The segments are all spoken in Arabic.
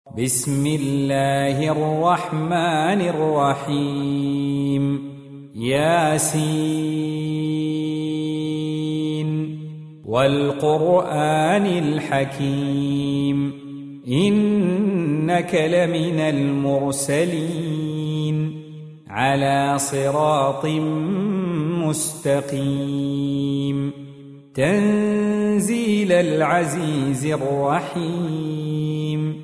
بسم الله الرحمن الرحيم ياسين والقرآن الحكيم إنك لمن المرسلين على صراط مستقيم تنزيل العزيز الرحيم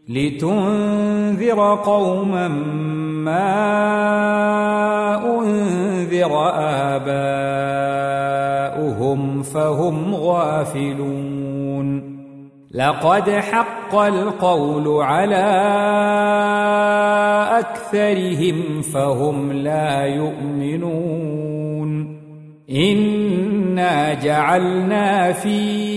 لتنذر قوما ما أنذر آباؤهم فهم غافلون لقد حق القول على أكثرهم فهم لا يؤمنون إنا جعلنا في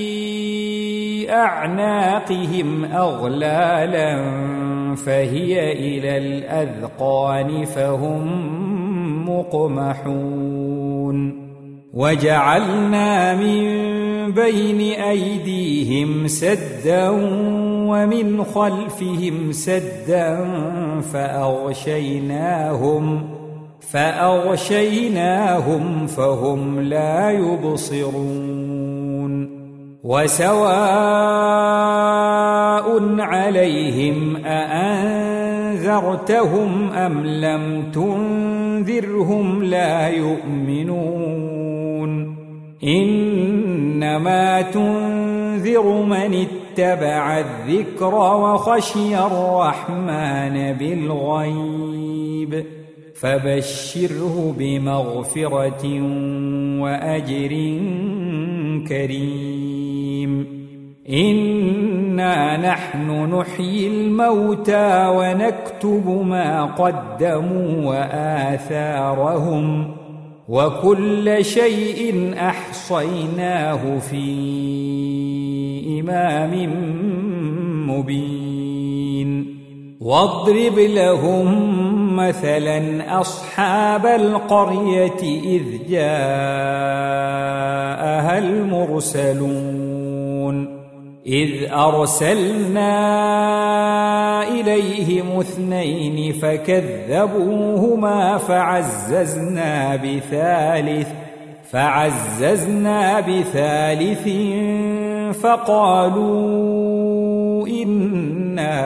أعناقهم أغلالا فهي إلى الأذقان فهم مقمحون وجعلنا من بين أيديهم سدا ومن خلفهم سدا فأغشيناهم فهم لا يبصرون وسواء عليهم أأنذرتهم أم لم تنذرهم لا يؤمنون إنما تنذر من اتبع الذكر وخشي الرحمن بالغيب فبشره بمغفرة وأجر كريم إنا نحن نحيي الموتى ونكتب ما قدموا وآثارهم وكل شيء أحصيناه في إمام مبين واضرب لهم مثلا أصحاب القرية إذ جاءها المرسلون إذ أرسلنا إليهم 2 فكذبوهما فعززنا بثالث فقالوا إنا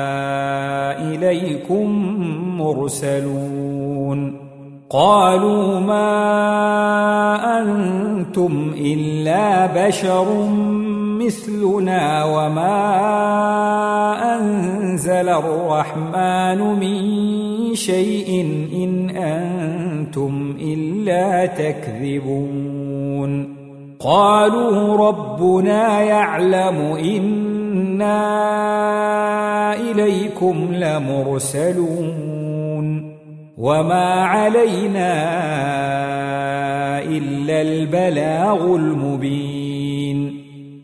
إليكم مرسلون قالوا ما أنتم إلا بشر مثلنا وما أنزل الرحمن من شيء إن أنتم إلا تكذبون قالوا ربنا يعلم إنا إليكم لمرسلون وما علينا إلا البلاغ المبين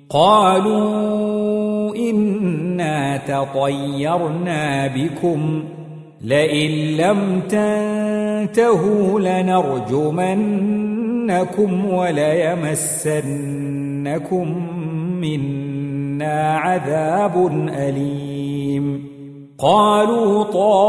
قالوا إنا تطيرنا بكم لئن لم تنتهوا لنرجمنكم وليمسنكم منا عذاب أليم قالوا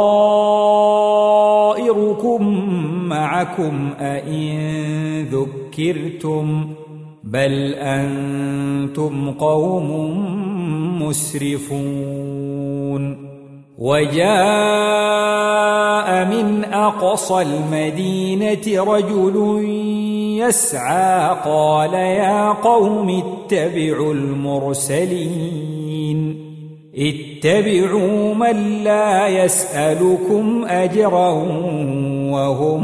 طائركم معكم أئن ذكرتم بل أنتم قوم مسرفون وجاء من أقصى المدينة رجل يسعى قال يا قوم اتبعوا المرسلين اتبعوا من لا يسألكم أجرا وهم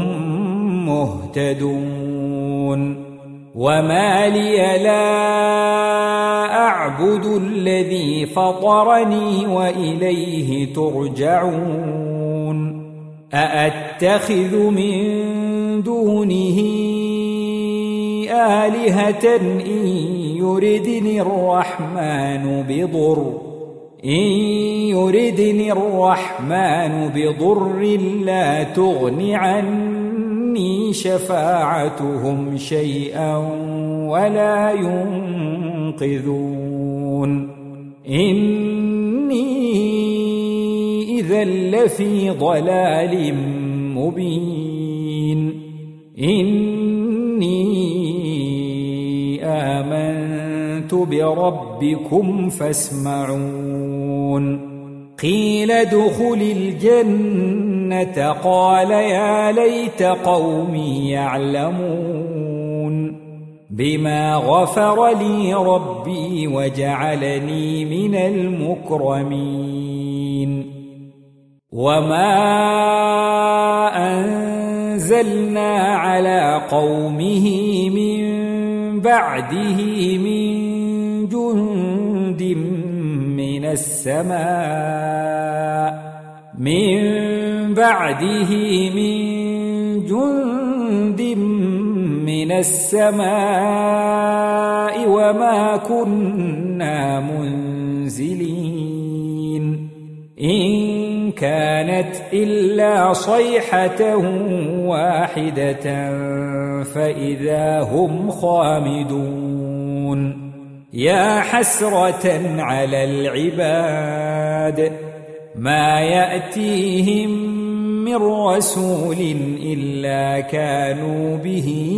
مهتدون وما لي لا أعبد الذي فطرني وإليه ترجعون أأتخذ من دونه آلهة إن يردني الرحمن بضر لا تغن عني شفاعتهم شيئا ولا ينقذون إني إذا لفي ضلال مبين إني آمنت بربكم فاسمعون قيل ادخل الجنة قال يا ليت قومي يعلمون بما غفر لي ربي وجعلني من المكرمين وما أنزلنا على قومه من بعده من جند من السماء وما كنا منزلين إن كانت إلا صيحة واحدة فإذا هم خامدون يا حسرة على العباد ما يأتيهم من رسول إلا كانوا به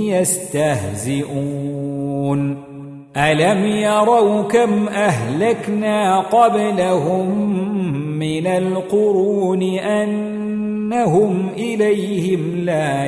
يستهزئون ألم يروا كم أهلكنا قبلهم من القرون أنهم إليهم لا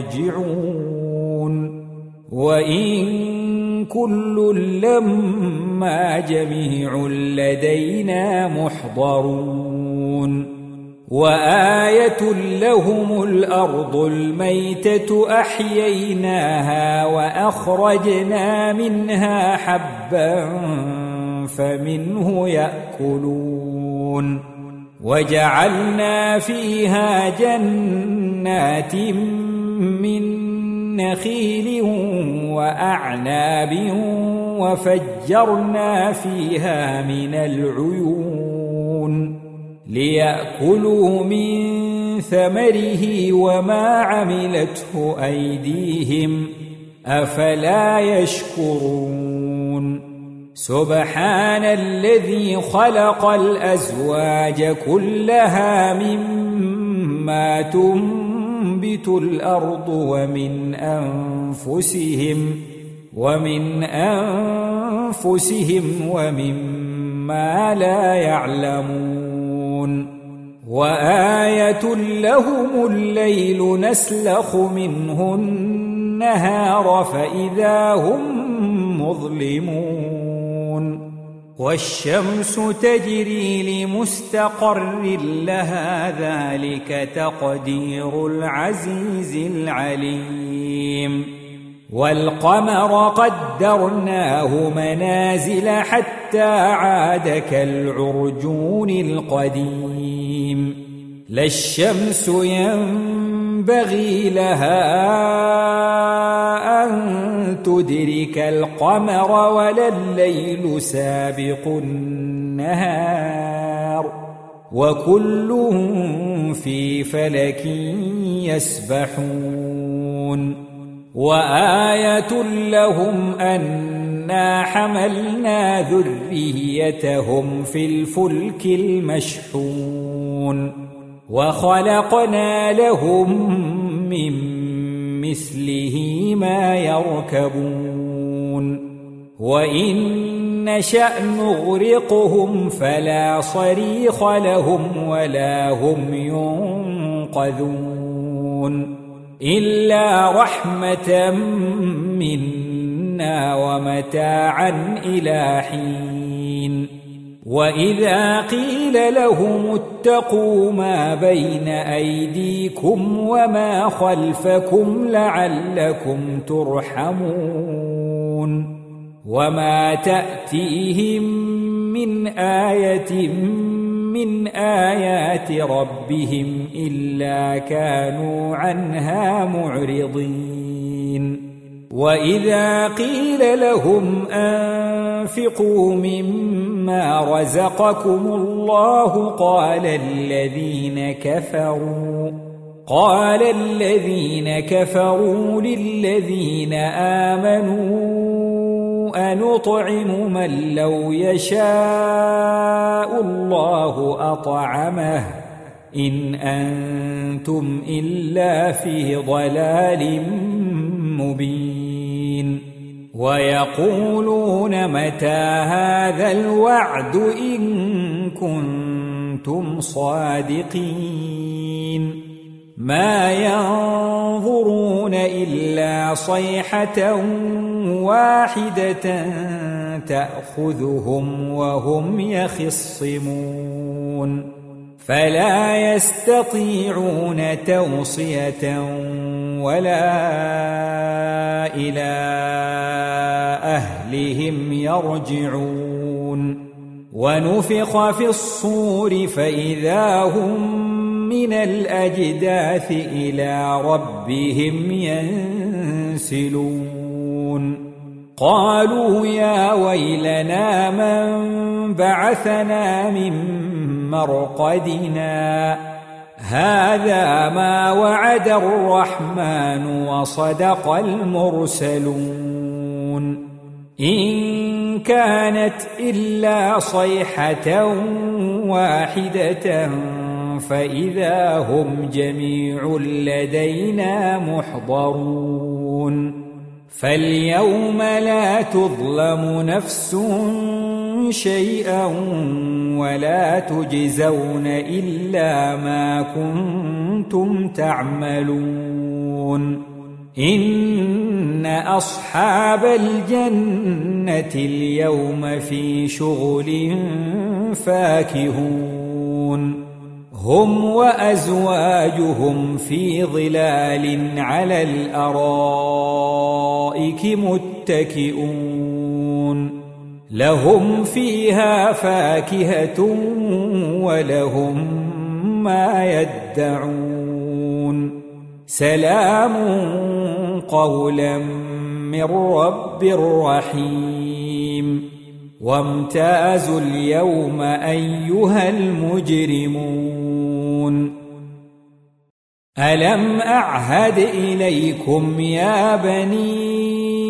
يرجعون وإن كل لما جميع لدينا محضرون وآية لهم الأرض الميتة أحييناها وأخرجنا منها حبا فمنه يأكلون وجعلنا فيها جنات من نخيل وأعناب وفجرنا فيها من العيون ليأكلوا من ثمره وما عملته أيديهم أفلا يشكرون سبحان الذي خلق الأزواج كلها مما تنبت الأرض ومن أنفسهم ومما لا يعلمون وآية لهم الليل نسلخ منه النهار فإذا هم مظلمون والشمس تجري لمستقر لها ذلك تقدير العزيز العليم والقمر قدرناه منازل حتى عاد كالعرجون القديم لا الشمس ينبغي لها أن تدرك القمر ولا الليل سابق النهار وكل في فلك يسبحون وآية لهم أنا حملنا ذريتهم في الفلك المشحون وخلقنا لهم من مثله ما يركبون وإن نشأ نغرقهم فلا صريخ لهم ولا هم ينقذون إلا رحمة منا ومتاعا إلى حين وإذا قيل لهم اتقوا ما بين أيديكم وما خلفكم لعلكم ترحمون وما تأتيهم من آية من آيات ربهم إلا كانوا عنها معرضين وإذا قيل لهم أنفقوا مما رزقكم الله قال الذين كفروا للذين آمنوا أنطعم من لو يشاء الله أطعمه إن أنتم إلا في ضلال مبين ويقولون متى هذا الوعد إن كنتم صادقين ما ينظرون إلا صيحة واحدة تأخذهم وهم يخصمون فلا يستطيعون توصية ولا إلى أهلهم يرجعون ونفخ في الصور فإذا هم من الأجداث إلى ربهم ينسلون قالوا يا ويلنا من بعثنا من مرقدنا هذا ما وعد الرحمن وصدق المرسلون إن كانت إلا صيحة واحدة فإذا هم جميع لدينا محضرون فاليوم لا تظلم نفس شيئا ولا تجزون إلا ما كنتم تعملون إن أصحاب الجنة اليوم في شغل فاكهون هم وأزواجهم في ظلال على الأرائك متكئون لهم فيها فاكهة ولهم ما يدعون سلام قولا من رب رحيم وامتازوا اليوم أيها المجرمون ألم أعهد إليكم يا بني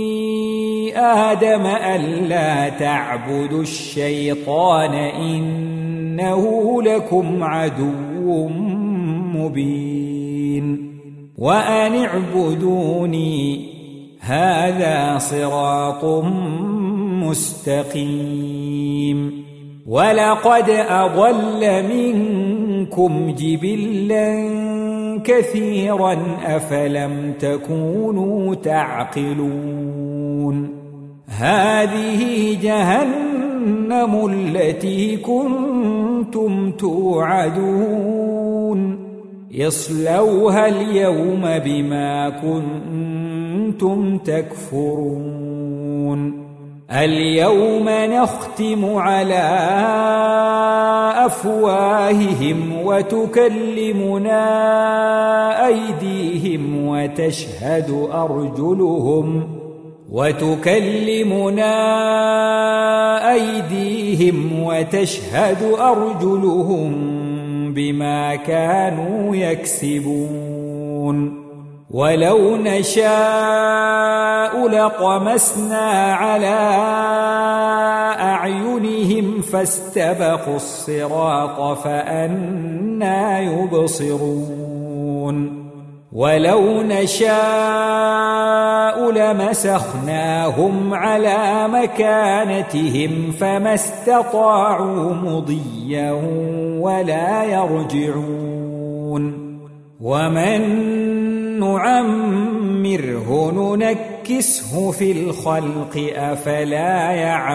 آدم ألا تعبدوا الشيطان إنه لكم عدو مبين وأن اعبدوني هذا صراط مستقيم ولقد أضل منكم جبلا كثيرا أفلم تكونوا تعقلون هذه جهنم التي كنتم توعدون اصلوها اليوم بما كنتم تكفرون اليوم نختم على أفواههم وتكلمنا أيديهم وتشهد أرجلهم بما كانوا يكسبون ولو نشاء لطمسنا على أعينهم فاستبقوا الصراط فأنى يبصرون ولو نشاء لمسخناهم على مكانتهم فما استطاعوا مضيا ولا يرجعون ومن نعمره ننكسه في الخلق أفلا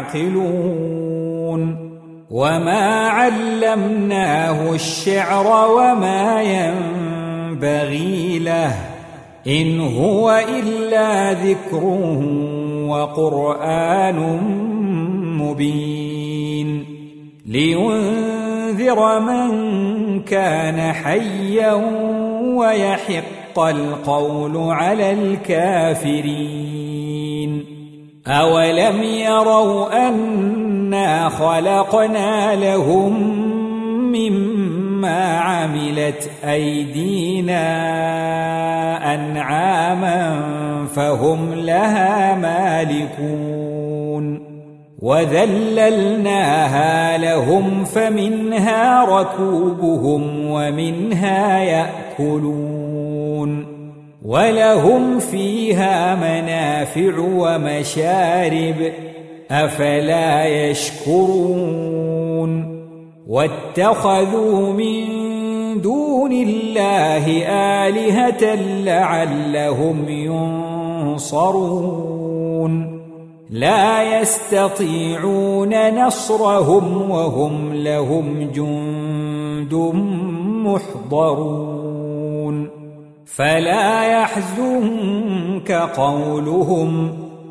يعقلون وما علمناه الشعر وما ينبغي له إن هو إلا ذكر وقرآن مبين لينذر من كان حيا ويحق القول على الكافرين أولم يروا أنا خلقنا لهم مما عملت أيدينا أنعاما فهم لها مالكون وذللناها لهم فمنها ركوبهم ومنها يأكلون ولهم فيها منافع ومشارب أفلا يشكرون واتخذوا من دون الله آلهة لعلهم ينصرون لا يستطيعون نصرهم وهم لهم جند محضرون فلا يحزنك قولهم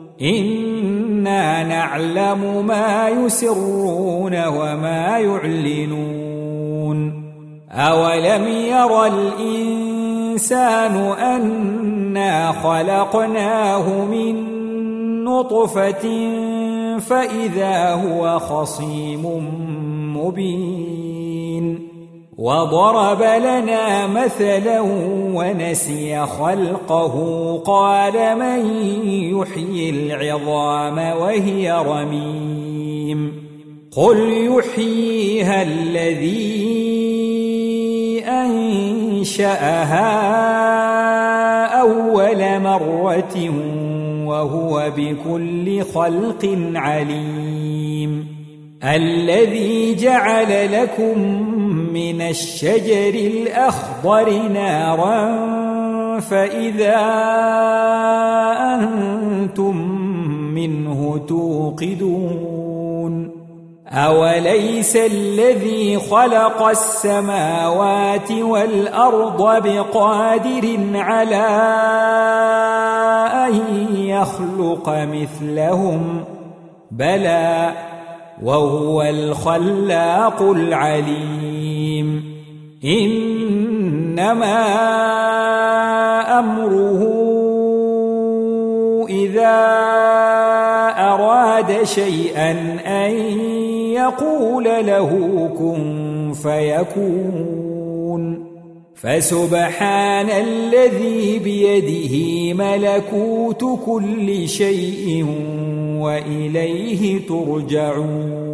إنا نعلم ما يسرون وما يعلنون أولم ير الإنسان أنا خلقناه من نطفة فإذا هو خصيم مبين وضرب لنا مثلا ونسي خلقه قال من يحيي العظام وهي رميم قل يحييها الذي أنشأها أول مرة وهو بكل خلق عليم الذي جعل لكم من الشجر الأخضر نارا فإذا أنتم منه توقدون أوليس الذي خلق السماوات والأرض بقادر على أن يخلق مثلهم بلى وهو الخلاق العليم إنما أمره إذا أراد شيئا أن يقول له كن فيكون فسبحان الذي بيده ملكوت كل شيء وإليه ترجعون